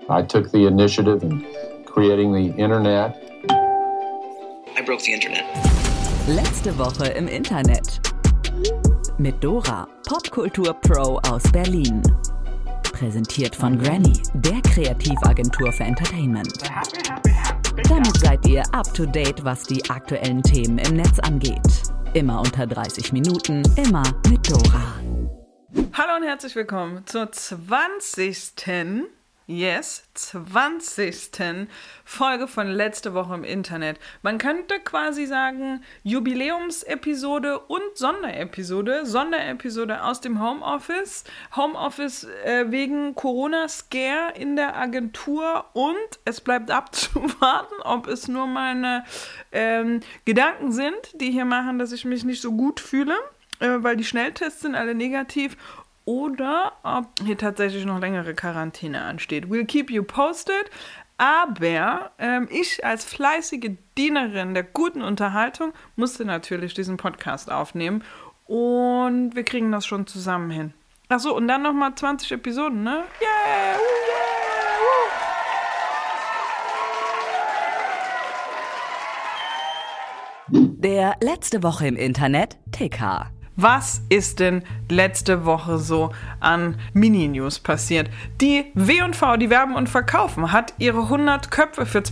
I took the initiative in creating the Internet. I broke the Internet. Letzte Woche im Internet. Mit Dora, Popkultur-Pro aus Berlin. Präsentiert von Granny, der Kreativagentur für Entertainment. Damit seid ihr up to date, was die aktuellen Themen im Netz angeht. Immer unter 30 Minuten, immer mit Dora. Hallo und herzlich willkommen zur 20. Folge von Letzte Woche im Internet. Man könnte quasi sagen, Jubiläumsepisode und Sonderepisode. Sonderepisode aus dem Homeoffice. Homeoffice wegen Corona-Scare in der Agentur und es bleibt abzuwarten, ob es nur meine Gedanken sind, die hier machen, dass ich mich nicht so gut fühle, weil die Schnelltests sind alle negativ. Oder ob hier tatsächlich noch längere Quarantäne ansteht. We'll keep you posted. Aber ich als fleißige Dienerin der guten Unterhaltung musste natürlich diesen Podcast aufnehmen. Und wir kriegen das schon zusammen hin. Achso, und dann nochmal 20 Episoden, ne? Yeah! Der Letzte Woche im Internet, TK. Was ist denn letzte Woche so an Mini-News passiert? Die W&V, die Werben und Verkaufen, hat ihre 100 Köpfe für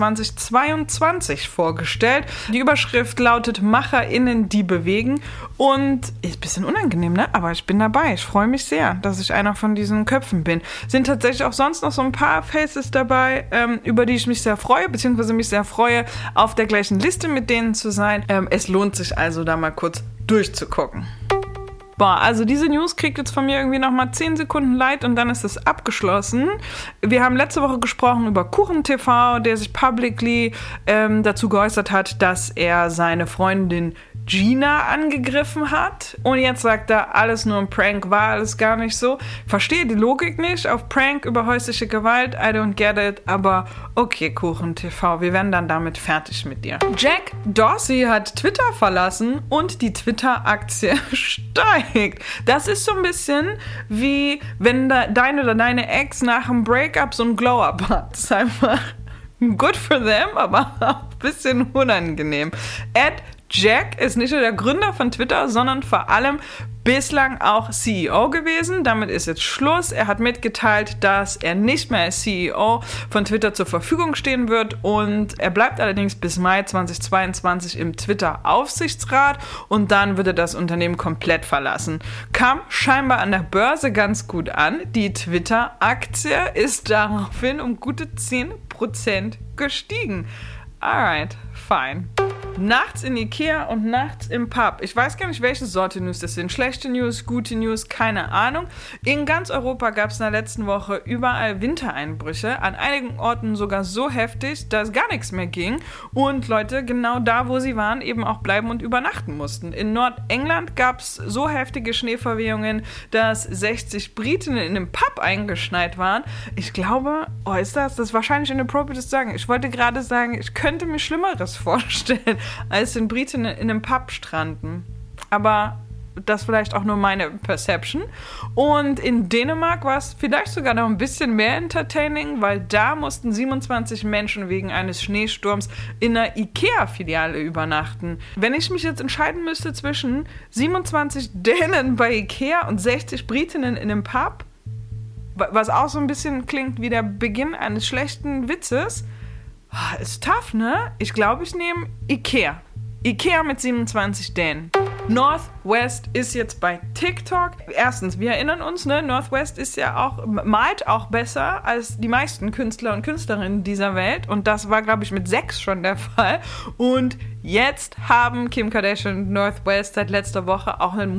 2022 vorgestellt. Die Überschrift lautet MacherInnen, die bewegen. Und ist ein bisschen unangenehm, ne? Aber ich bin dabei. Ich freue mich sehr, dass ich einer von diesen Köpfen bin. Sind tatsächlich auch sonst noch so ein paar Faces dabei, über die ich mich sehr freue, beziehungsweise mich sehr freue, auf der gleichen Liste mit denen zu sein. Es lohnt sich also, da mal kurz durchzugucken. Boah, also diese News kriegt jetzt von mir irgendwie nochmal 10 Sekunden Light und dann ist es abgeschlossen. Wir haben letzte Woche gesprochen über KuchenTV, der sich publicly dazu geäußert hat, dass er seine Freundin Gina angegriffen hat. Und jetzt sagt er, alles nur ein Prank, war alles gar nicht so. Verstehe die Logik nicht, auf Prank über häusliche Gewalt, I don't get it, aber okay, KuchenTV, wir werden dann damit fertig mit dir. Jack Dorsey hat Twitter verlassen und die Twitter-Aktie steigt. Das ist so ein bisschen wie, wenn dein oder deine Ex nach einem Breakup so ein Glow-Up hat. Das ist einfach good for them, aber auch ein bisschen unangenehm. Jack ist nicht nur der Gründer von Twitter, sondern vor allem bislang auch CEO gewesen. Damit ist jetzt Schluss. Er hat mitgeteilt, dass er nicht mehr als CEO von Twitter zur Verfügung stehen wird und er bleibt allerdings bis Mai 2022 im Twitter-Aufsichtsrat und dann wird er das Unternehmen komplett verlassen. Kam scheinbar an der Börse ganz gut an. Die Twitter-Aktie ist daraufhin um gute 10% gestiegen. Alright, fine. Nachts in Ikea und nachts im Pub. Ich weiß gar nicht, welche Sorte News das sind. Schlechte News, gute News, keine Ahnung. In ganz Europa gab es in der letzten Woche überall Wintereinbrüche. An einigen Orten sogar so heftig, dass gar nichts mehr ging. Und Leute genau da, wo sie waren, eben auch bleiben und übernachten mussten. In Nordengland gab es so heftige Schneeverwehungen, dass 60 Britinnen in einem Pub eingeschneit waren. Ich glaube, ist das wahrscheinlich inappropriate zu sagen. Ich wollte gerade sagen, ich könnte mir Schlimmeres vorstellen, als in Briten in einem Pub stranden. Aber das vielleicht auch nur meine Perception. Und in Dänemark war es vielleicht sogar noch ein bisschen mehr entertaining, weil da mussten 27 Menschen wegen eines Schneesturms in einer Ikea-Filiale übernachten. Wenn ich mich jetzt entscheiden müsste zwischen 27 Dänen bei Ikea und 60 Britinnen in einem Pub, was auch so ein bisschen klingt wie der Beginn eines schlechten Witzes, ist tough, ne? Ich glaube, ich nehme Ikea. Ikea mit 27 Dänen. Northwest ist jetzt bei TikTok. Erstens, wir erinnern uns, ne? Northwest ist ja auch, malt auch besser als die meisten Künstler und Künstlerinnen dieser Welt. Und das war, glaube ich, mit 6 schon der Fall. Und jetzt haben Kim Kardashian und Northwest seit letzter Woche auch einen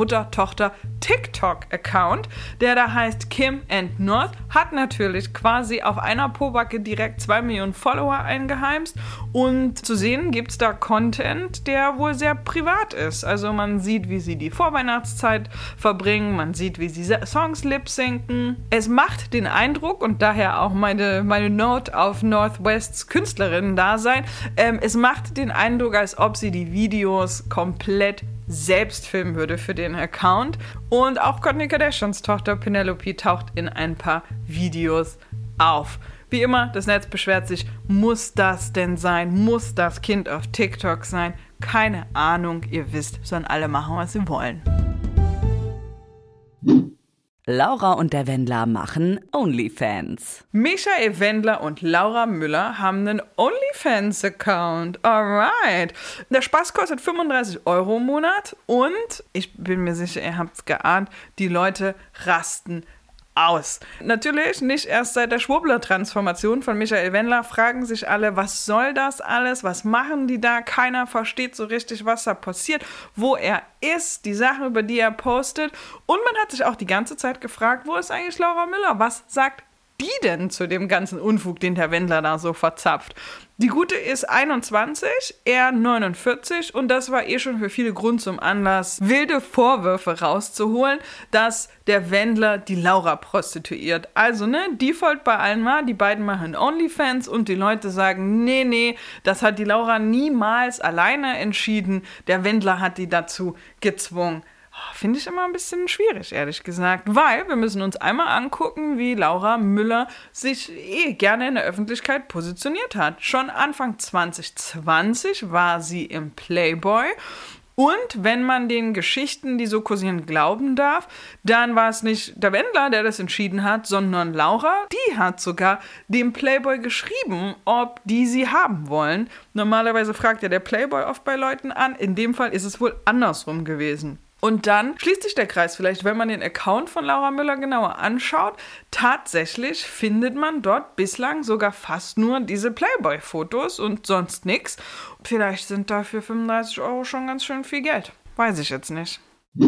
Mutter-Tochter-TikTok-Account, der da heißt Kim and North, hat natürlich quasi auf einer Pobacke direkt 2 Millionen Follower eingeheimst. Und zu sehen gibt es da Content, der wohl sehr privat ist. Also man sieht, wie sie die Vorweihnachtszeit verbringen, man sieht, wie sie Songs lip-synken. Es macht den Eindruck, und daher auch meine Note auf Northwests Künstlerinnen-Dasein, es macht den Eindruck, als ob sie die Videos komplett selbst filmen würde für den Account. Und auch Kourtney Kardashians Tochter Penelope taucht in ein paar Videos auf. Wie immer, das Netz beschwert sich, muss das denn sein? Muss das Kind auf TikTok sein? Keine Ahnung, ihr wisst, sollen alle machen, was sie wollen. Laura und der Wendler machen OnlyFans. Michael Wendler und Laura Müller haben einen OnlyFans-Account. Alright. Der Spaß kostet 35 € im Monat und ich bin mir sicher, ihr habt es geahnt, die Leute rasten aus. Natürlich nicht erst seit der Schwurbler-Transformation von Michael Wendler fragen sich alle, was soll das alles, was machen die da, keiner versteht so richtig, was da passiert, wo er ist, die Sachen, über die er postet und man hat sich auch die ganze Zeit gefragt, wo ist eigentlich Laura Müller, was sagt die denn zu dem ganzen Unfug, den der Wendler da so verzapft? Die Gute ist 21, er 49 und das war schon für viele Grund zum Anlass, wilde Vorwürfe rauszuholen, dass der Wendler die Laura prostituiert. Also, Default bei allen war, die beiden machen OnlyFans und die Leute sagen, nee, das hat die Laura niemals alleine entschieden, der Wendler hat die dazu gezwungen. Finde ich immer ein bisschen schwierig, ehrlich gesagt, weil wir müssen uns einmal angucken, wie Laura Müller sich gerne in der Öffentlichkeit positioniert hat. Schon Anfang 2020 war sie im Playboy und wenn man den Geschichten, die so kursieren, glauben darf, dann war es nicht der Wendler, der das entschieden hat, sondern Laura. Die hat sogar dem Playboy geschrieben, ob die sie haben wollen. Normalerweise fragt ja der Playboy oft bei Leuten an, in dem Fall ist es wohl andersrum gewesen. Und dann schließt sich der Kreis vielleicht, wenn man den Account von Laura Müller genauer anschaut. Tatsächlich findet man dort bislang sogar fast nur diese Playboy-Fotos und sonst nichts. Vielleicht sind dafür 35 € schon ganz schön viel Geld. Weiß ich jetzt nicht.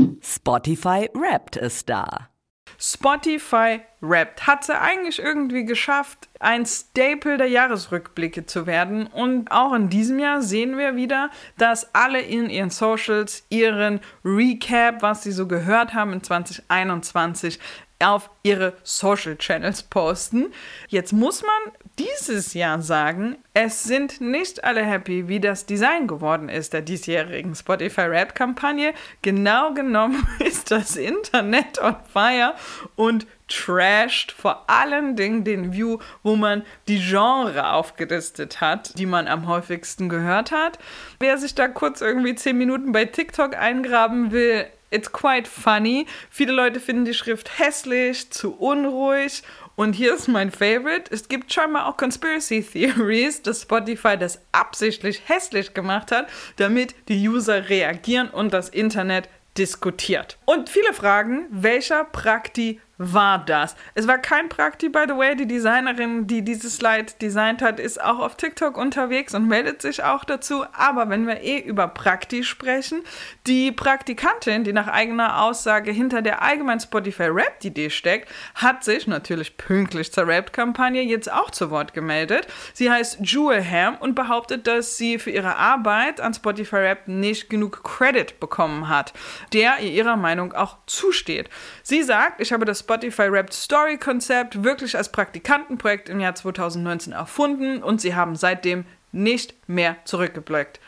Spotify Wrapped ist da. Spotify Wrapped hat sie eigentlich irgendwie geschafft, ein Staple der Jahresrückblicke zu werden. Und auch in diesem Jahr sehen wir wieder, dass alle in ihren Socials ihren Recap, was sie so gehört haben in 2021, auf ihre Social Channels posten. Jetzt muss man dieses Jahr sagen, es sind nicht alle happy, wie das Design geworden ist der diesjährigen Spotify Wrapped-Kampagne. Genau genommen ist das Internet on fire und trasht vor allen Dingen den View, wo man die Genre aufgelistet hat, die man am häufigsten gehört hat. Wer sich da kurz irgendwie 10 Minuten bei TikTok eingraben will, it's quite funny. Viele Leute finden die Schrift hässlich, zu unruhig. Und hier ist mein Favorite. Es gibt scheinbar auch Conspiracy Theories, dass Spotify das absichtlich hässlich gemacht hat, damit die User reagieren und das Internet diskutiert. Und viele fragen, welcher Prakti war das? Es war kein Prakti, by the way. Die Designerin, die dieses Slide designt hat, ist auch auf TikTok unterwegs und meldet sich auch dazu. Aber wenn wir über Prakti sprechen, die Praktikantin, die nach eigener Aussage hinter der allgemeinen Spotify Wrapped-Idee steckt, hat sich natürlich pünktlich zur Wrapped-Kampagne jetzt auch zu Wort gemeldet. Sie heißt Jewel Ham und behauptet, dass sie für ihre Arbeit an Spotify Wrapped nicht genug Credit bekommen hat, der ihrer Meinung auch zusteht. Sie sagt, ich habe das Spotify Wrapped Story Konzept wirklich als Praktikantenprojekt im Jahr 2019 erfunden und sie haben seitdem nicht mehr zurückgeblickt.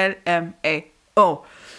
LMAO.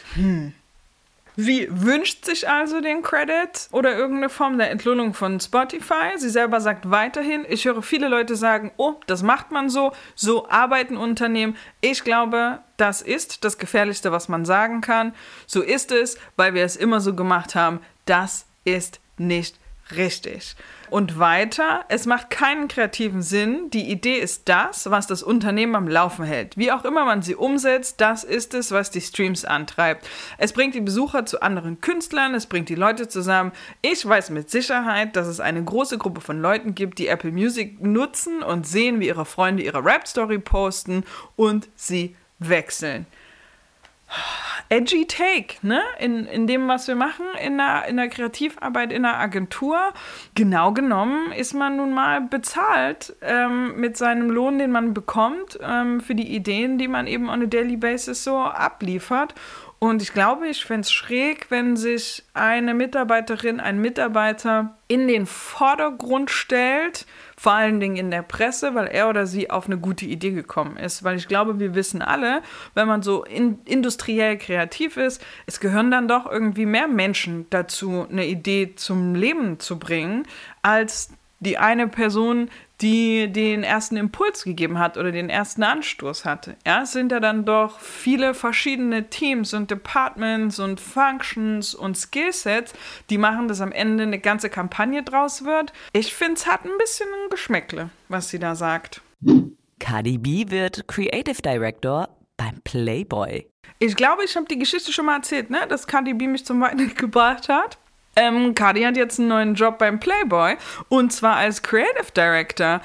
Sie wünscht sich also den Credit oder irgendeine Form der Entlohnung von Spotify. Sie selber sagt weiterhin, ich höre viele Leute sagen, oh, das macht man so arbeiten Unternehmen. Ich glaube, das ist das Gefährlichste, was man sagen kann. So ist es, weil wir es immer so gemacht haben. Das ist nicht richtig. Und weiter, es macht keinen kreativen Sinn. Die Idee ist das, was das Unternehmen am Laufen hält. Wie auch immer man sie umsetzt, das ist es, was die Streams antreibt. Es bringt die Besucher zu anderen Künstlern, es bringt die Leute zusammen. Ich weiß mit Sicherheit, dass es eine große Gruppe von Leuten gibt, die Apple Music nutzen und sehen, wie ihre Freunde ihre Rap-Story posten und sie wechseln. Edgy Take, in dem, was wir machen, in der Kreativarbeit, in der Agentur. Genau genommen ist man nun mal bezahlt mit seinem Lohn, den man bekommt, für die Ideen, die man eben on a daily basis so abliefert. Und ich glaube, ich fände es schräg, wenn sich eine Mitarbeiterin, ein Mitarbeiter in den Vordergrund stellt, vor allen Dingen in der Presse, weil er oder sie auf eine gute Idee gekommen ist. Weil ich glaube, wir wissen alle, wenn man so industriell kreativ ist, es gehören dann doch irgendwie mehr Menschen dazu, eine Idee zum Leben zu bringen, als die eine Person, die den ersten Impuls gegeben hat oder den ersten Anstoß hatte. Ja, es sind ja dann doch viele verschiedene Teams und Departments und Functions und Skillsets, die machen, dass am Ende eine ganze Kampagne draus wird. Ich finde, es hat ein bisschen ein Geschmäckle, was sie da sagt. Cardi B wird Creative Director beim Playboy. Ich glaube, ich habe die Geschichte schon mal erzählt, ne? Dass Cardi B mich zum Weinen gebracht hat. Cardi hat jetzt einen neuen Job beim Playboy und zwar als Creative Director.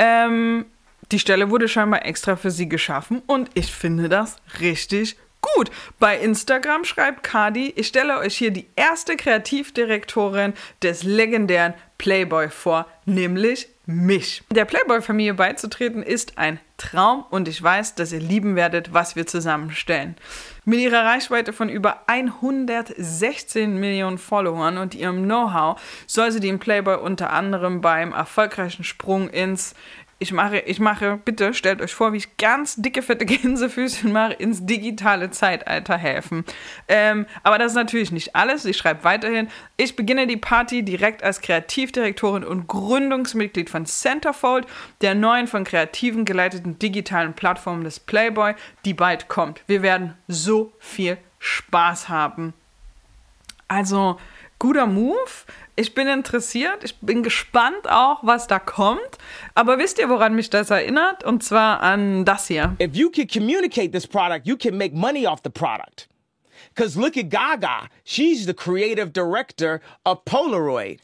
Die Stelle wurde scheinbar extra für sie geschaffen und ich finde das richtig gut. Bei Instagram schreibt Cardi, ich stelle euch hier die erste Kreativdirektorin des legendären Playboy vor, nämlich mich. Der Playboy-Familie beizutreten ist ein Traum und ich weiß, dass ihr lieben werdet, was wir zusammenstellen. Mit ihrer Reichweite von über 116 Millionen Followern und ihrem Know-how soll sie den Playboy unter anderem beim erfolgreichen Sprung ins Ich mache, bitte stellt euch vor, wie ich ganz dicke, fette Gänsefüßchen mache, ins digitale Zeitalter helfen. Aber das ist natürlich nicht alles. Sie schreibt weiterhin, ich beginne die Party direkt als Kreativdirektorin und Gründungsmitglied von Centerfold, der neuen von Kreativen geleiteten digitalen Plattform des Playboy, die bald kommt. Wir werden so viel Spaß haben. Also, guter Move. Ich bin interessiert, ich bin gespannt auch, was da kommt. Aber wisst ihr, woran mich das erinnert? Und zwar an das hier. If you can communicate this product, you can make money off the product. Because look at Gaga. She's the creative director of Polaroid.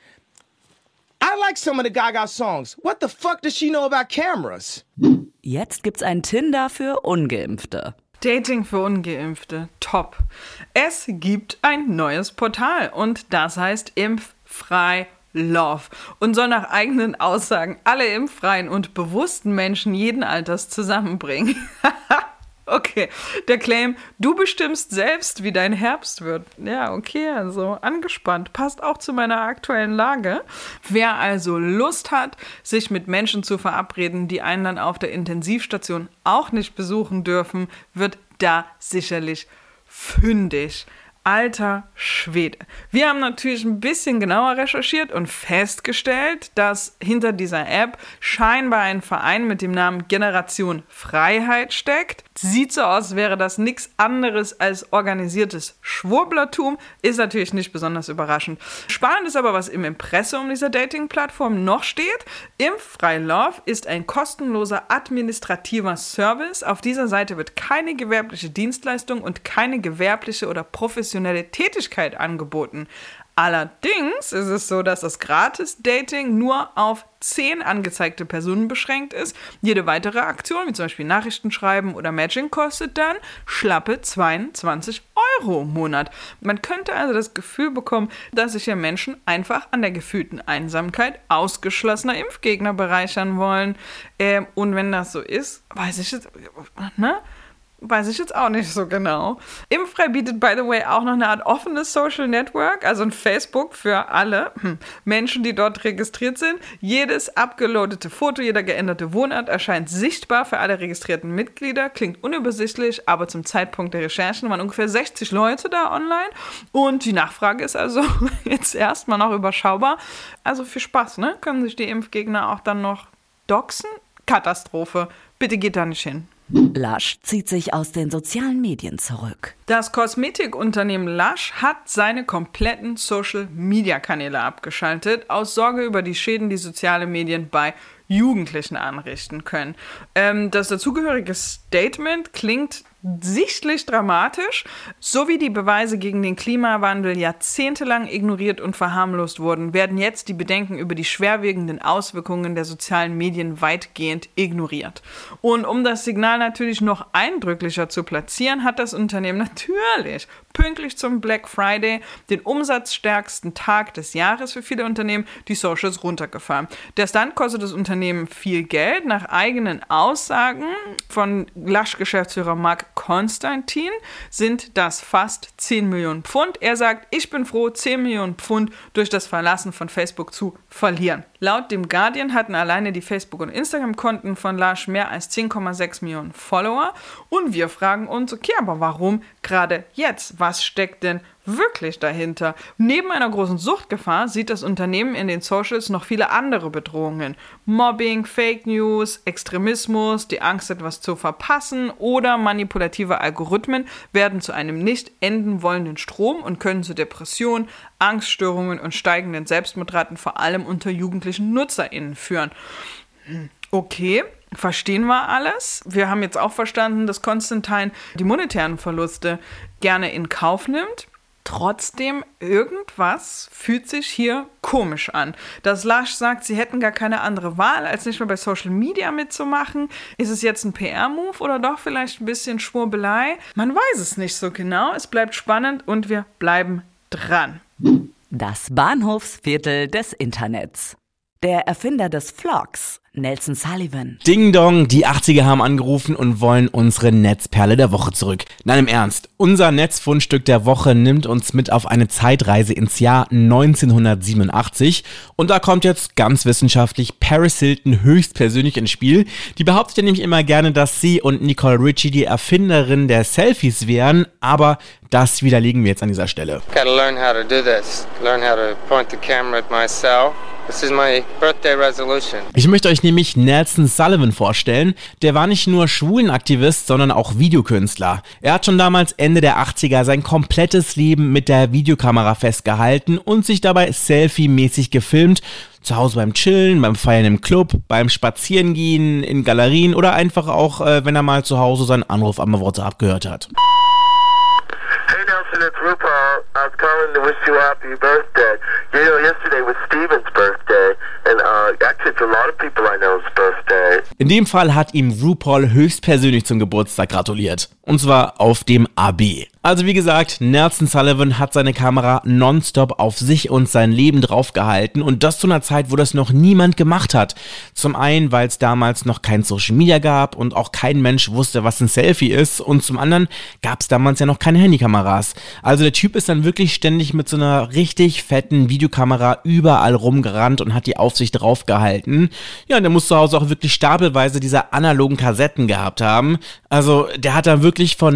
I like some of the Gaga songs. What the fuck does she know about cameras? Jetzt gibt's ein Tinder für Ungeimpfte. Dating für Ungeimpfte, top. Es gibt ein neues Portal und das heißt Impffrei Love und soll nach eigenen Aussagen alle impffreien und bewussten Menschen jeden Alters zusammenbringen. Okay, der Claim, du bestimmst selbst, wie dein Herbst wird. Ja, okay, also angespannt. Passt auch zu meiner aktuellen Lage. Wer also Lust hat, sich mit Menschen zu verabreden, die einen dann auf der Intensivstation auch nicht besuchen dürfen, wird da sicherlich fündig. Alter Schwede. Wir haben natürlich ein bisschen genauer recherchiert und festgestellt, dass hinter dieser App scheinbar ein Verein mit dem Namen Generation Freiheit steckt. Sieht so aus, als wäre das nichts anderes als organisiertes Schwurblertum. Ist natürlich nicht besonders überraschend. Spannend ist aber, was im Impressum dieser Dating-Plattform noch steht. Impffrei Love ist ein kostenloser administrativer Service. Auf dieser Seite wird keine gewerbliche Dienstleistung und keine gewerbliche oder professionelle Tätigkeit angeboten. Allerdings ist es so, dass das Gratis-Dating nur auf 10 angezeigte Personen beschränkt ist. Jede weitere Aktion, wie zum Beispiel Nachrichten schreiben oder Matching, kostet dann schlappe 22 € im Monat. Man könnte also das Gefühl bekommen, dass sich ja Menschen einfach an der gefühlten Einsamkeit ausgeschlossener Impfgegner bereichern wollen. Und wenn das so ist, weiß ich jetzt auch nicht so genau. Impffrei bietet, by the way, auch noch eine Art offenes Social Network, also ein Facebook für alle Menschen, die dort registriert sind. Jedes abgeloadete Foto, jeder geänderte Wohnort erscheint sichtbar für alle registrierten Mitglieder. Klingt unübersichtlich, aber zum Zeitpunkt der Recherchen waren ungefähr 60 Leute da online. Und die Nachfrage ist also jetzt erstmal noch überschaubar. Also viel Spaß, ne? Können sich die Impfgegner auch dann noch doxen? Katastrophe. Bitte geht da nicht hin. Lush zieht sich aus den sozialen Medien zurück. Das Kosmetikunternehmen Lush hat seine kompletten Social-Media-Kanäle abgeschaltet, aus Sorge über die Schäden, die soziale Medien bei Jugendlichen anrichten können. Das dazugehörige Statement klingt sichtlich dramatisch, so wie die Beweise gegen den Klimawandel jahrzehntelang ignoriert und verharmlost wurden, werden jetzt die Bedenken über die schwerwiegenden Auswirkungen der sozialen Medien weitgehend ignoriert. Und um das Signal natürlich noch eindrücklicher zu platzieren, hat das Unternehmen natürlich pünktlich zum Black Friday, den umsatzstärksten Tag des Jahres für viele Unternehmen, die Socials runtergefahren. Der Stunt kostet das Unternehmen viel Geld. Nach eigenen Aussagen von Lush-Geschäftsführer Mark Konstantin sind das fast 10 Millionen Pfund. Er sagt, ich bin froh, 10 Millionen Pfund durch das Verlassen von Facebook zu verlieren. Laut dem Guardian hatten alleine die Facebook- und Instagram-Konten von Lush mehr als 10,6 Millionen Follower. Und wir fragen uns, okay, aber warum gerade jetzt? Was steckt denn wirklich dahinter? Neben einer großen Suchtgefahr sieht das Unternehmen in den Socials noch viele andere Bedrohungen. Mobbing, Fake News, Extremismus, die Angst, etwas zu verpassen oder manipulative Algorithmen werden zu einem nicht enden wollenden Strom und können zu Depressionen, Angststörungen und steigenden Selbstmordraten vor allem unter jugendlichen NutzerInnen führen. Okay, verstehen wir alles. Wir haben jetzt auch verstanden, dass Constantine die monetären Verluste gerne in Kauf nimmt. Trotzdem, irgendwas fühlt sich hier komisch an. Dass Lush sagt, sie hätten gar keine andere Wahl, als nicht mehr bei Social Media mitzumachen. Ist es jetzt ein PR-Move oder doch vielleicht ein bisschen Schwurbelei? Man weiß es nicht so genau. Es bleibt spannend und wir bleiben dran. Das Bahnhofsviertel des Internets. Der Erfinder des Vlogs, Nelson Sullivan. Ding Dong, die 80er haben angerufen und wollen unsere Netzperle der Woche zurück. Nein, im Ernst. Unser Netzfundstück der Woche nimmt uns mit auf eine Zeitreise ins Jahr 1987. Und da kommt jetzt ganz wissenschaftlich Paris Hilton höchstpersönlich ins Spiel. Die behauptet ja nämlich immer gerne, dass sie und Nicole Richie die Erfinderin der Selfies wären. Aber das widerlegen wir jetzt an dieser Stelle. Gotta learn how to do this. Learn how to point the camera at myself. This is my birthday resolution. Ich möchte euch nämlich Nelson Sullivan vorstellen. Der war nicht nur Schwulenaktivist, sondern auch Videokünstler. Er hat schon damals Ende der 80er sein komplettes Leben mit der Videokamera festgehalten und sich dabei selfie-mäßig gefilmt. Zu Hause beim Chillen, beim Feiern im Club, beim Spazierengehen, in Galerien oder einfach auch, wenn er mal zu Hause seinen Anruf am WhatsApp gehört hat. Hey Nelson, it's RuPaul. I was calling to wish you a happy birthday. You know, yesterday was Steven's birthday, and actually it's a lot of people I know's birthday. In dem Fall hat ihm RuPaul höchstpersönlich zum Geburtstag gratuliert. Und zwar auf dem AB. Also wie gesagt, Nelson Sullivan hat seine Kamera nonstop auf sich und sein Leben draufgehalten und das zu einer Zeit, wo das noch niemand gemacht hat. Zum einen, weil es damals noch kein Social Media gab und auch kein Mensch wusste, was ein Selfie ist und zum anderen gab es damals ja noch keine Handykameras. Also der Typ ist dann wirklich ständig mit so einer richtig fetten Videokamera überall rumgerannt und hat die auf sich draufgehalten. Ja, und der muss zu Hause auch wirklich stapelweise diese analogen Kassetten gehabt haben. Also der hat da wirklich von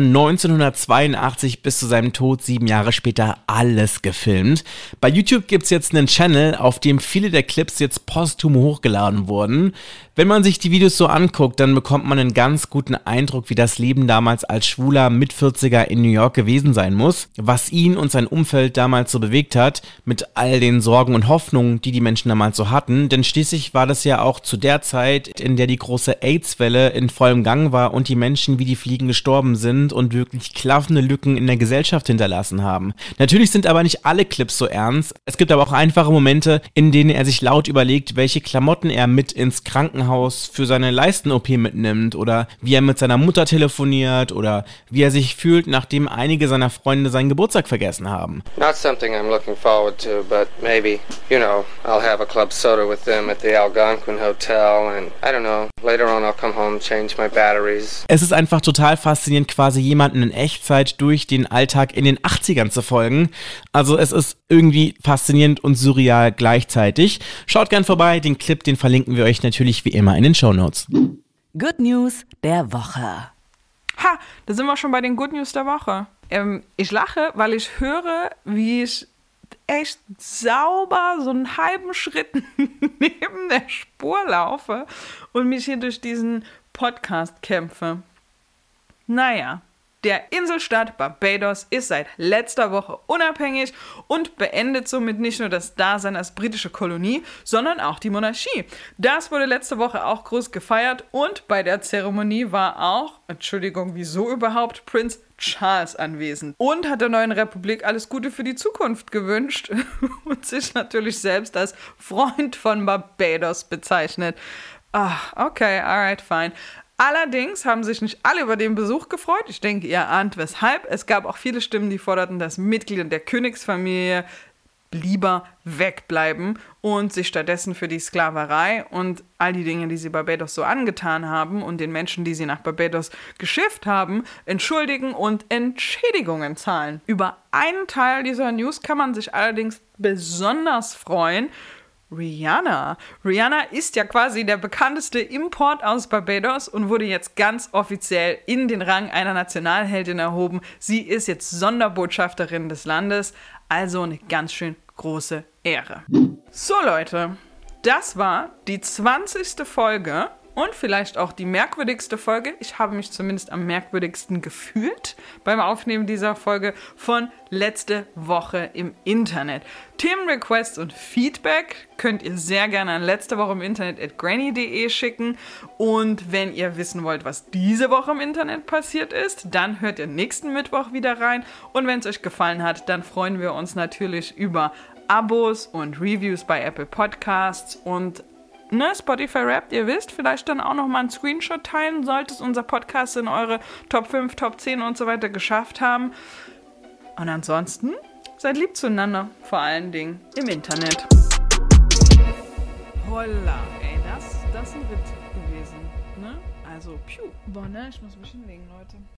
1982 bis zu seinem Tod 7 Jahre später alles gefilmt. Bei YouTube gibt's jetzt einen Channel, auf dem viele der Clips jetzt posthum hochgeladen wurden. Wenn man sich die Videos so anguckt, dann bekommt man einen ganz guten Eindruck, wie das Leben damals als schwuler Mit-40er in New York gewesen sein muss, was ihn und sein Umfeld damals so bewegt hat, mit all den Sorgen und Hoffnungen, die die Menschen damals so hatten, denn schließlich war das ja auch zu der Zeit, in der die große AIDS-Welle in vollem Gang war und die Menschen wie die Fliegen gestorben sind und wirklich klaffende Lücken in der Gesellschaft hinterlassen haben. Natürlich sind aber nicht alle Clips so ernst, es gibt aber auch einfache Momente, in denen er sich laut überlegt, welche Klamotten er mit ins Krankenhaus für seine Leisten-OP mitnimmt oder wie er mit seiner Mutter telefoniert oder wie er sich fühlt, nachdem einige seiner Freunde seinen Geburtstag vergessen haben. Not something I'm looking forward to, but maybe, you know, I'll have a club soda with them at the Algonquin Hotel and I don't know, later on I'll come home, change my batteries. Es ist einfach total faszinierend, quasi jemanden in Echtzeit durch den Alltag in den 80ern zu folgen. Also es ist irgendwie faszinierend und surreal gleichzeitig. Schaut gern vorbei, den Clip, den verlinken wir euch natürlich wie immer in den Shownotes. Good News der Woche. Ha, da sind wir schon bei den Good News der Woche. Ich lache, weil ich höre, wie ich echt sauber so einen halben Schritt neben der Spur laufe und mich hier durch diesen Podcast kämpfe. Naja, der Inselstaat Barbados ist seit letzter Woche unabhängig und beendet somit nicht nur das Dasein als britische Kolonie, sondern auch die Monarchie. Das wurde letzte Woche auch groß gefeiert und bei der Zeremonie war auch, Entschuldigung, wieso überhaupt, Prinz Charles anwesend und hat der neuen Republik alles Gute für die Zukunft gewünscht und sich natürlich selbst als Freund von Barbados bezeichnet. Okay, alright, fine. Allerdings haben sich nicht alle über den Besuch gefreut. Ich denke, ihr ahnt weshalb. Es gab auch viele Stimmen, die forderten, dass Mitglieder der Königsfamilie lieber wegbleiben und sich stattdessen für die Sklaverei und all die Dinge, die sie Barbados so angetan haben und den Menschen, die sie nach Barbados geschifft haben, entschuldigen und Entschädigungen zahlen. Über einen Teil dieser News kann man sich allerdings besonders freuen. Rihanna. Rihanna ist ja quasi der bekannteste Import aus Barbados und wurde jetzt ganz offiziell in den Rang einer Nationalheldin erhoben. Sie ist jetzt Sonderbotschafterin des Landes, also eine ganz schön große Ehre. So Leute, das war die 20. Folge und vielleicht auch die merkwürdigste Folge. Ich habe mich zumindest am merkwürdigsten gefühlt beim Aufnehmen dieser Folge von letzte Woche im Internet. Themenrequests und Feedback könnt ihr sehr gerne an letztewocheiminternet@granny.de schicken. Und wenn ihr wissen wollt, was diese Woche im Internet passiert ist, dann hört ihr nächsten Mittwoch wieder rein. Und wenn es euch gefallen hat, dann freuen wir uns natürlich über Abos und Reviews bei Apple Podcasts und Spotify Wrapped, ihr wisst, vielleicht dann auch nochmal einen Screenshot teilen, sollte es unser Podcast in eure Top 5, Top 10 und so weiter geschafft haben. Und ansonsten, seid lieb zueinander, vor allen Dingen im Internet. Holla, ey, das ist ein Ritt gewesen, ne? Also, piu. Boah, ne, ich muss mich hinlegen, Leute.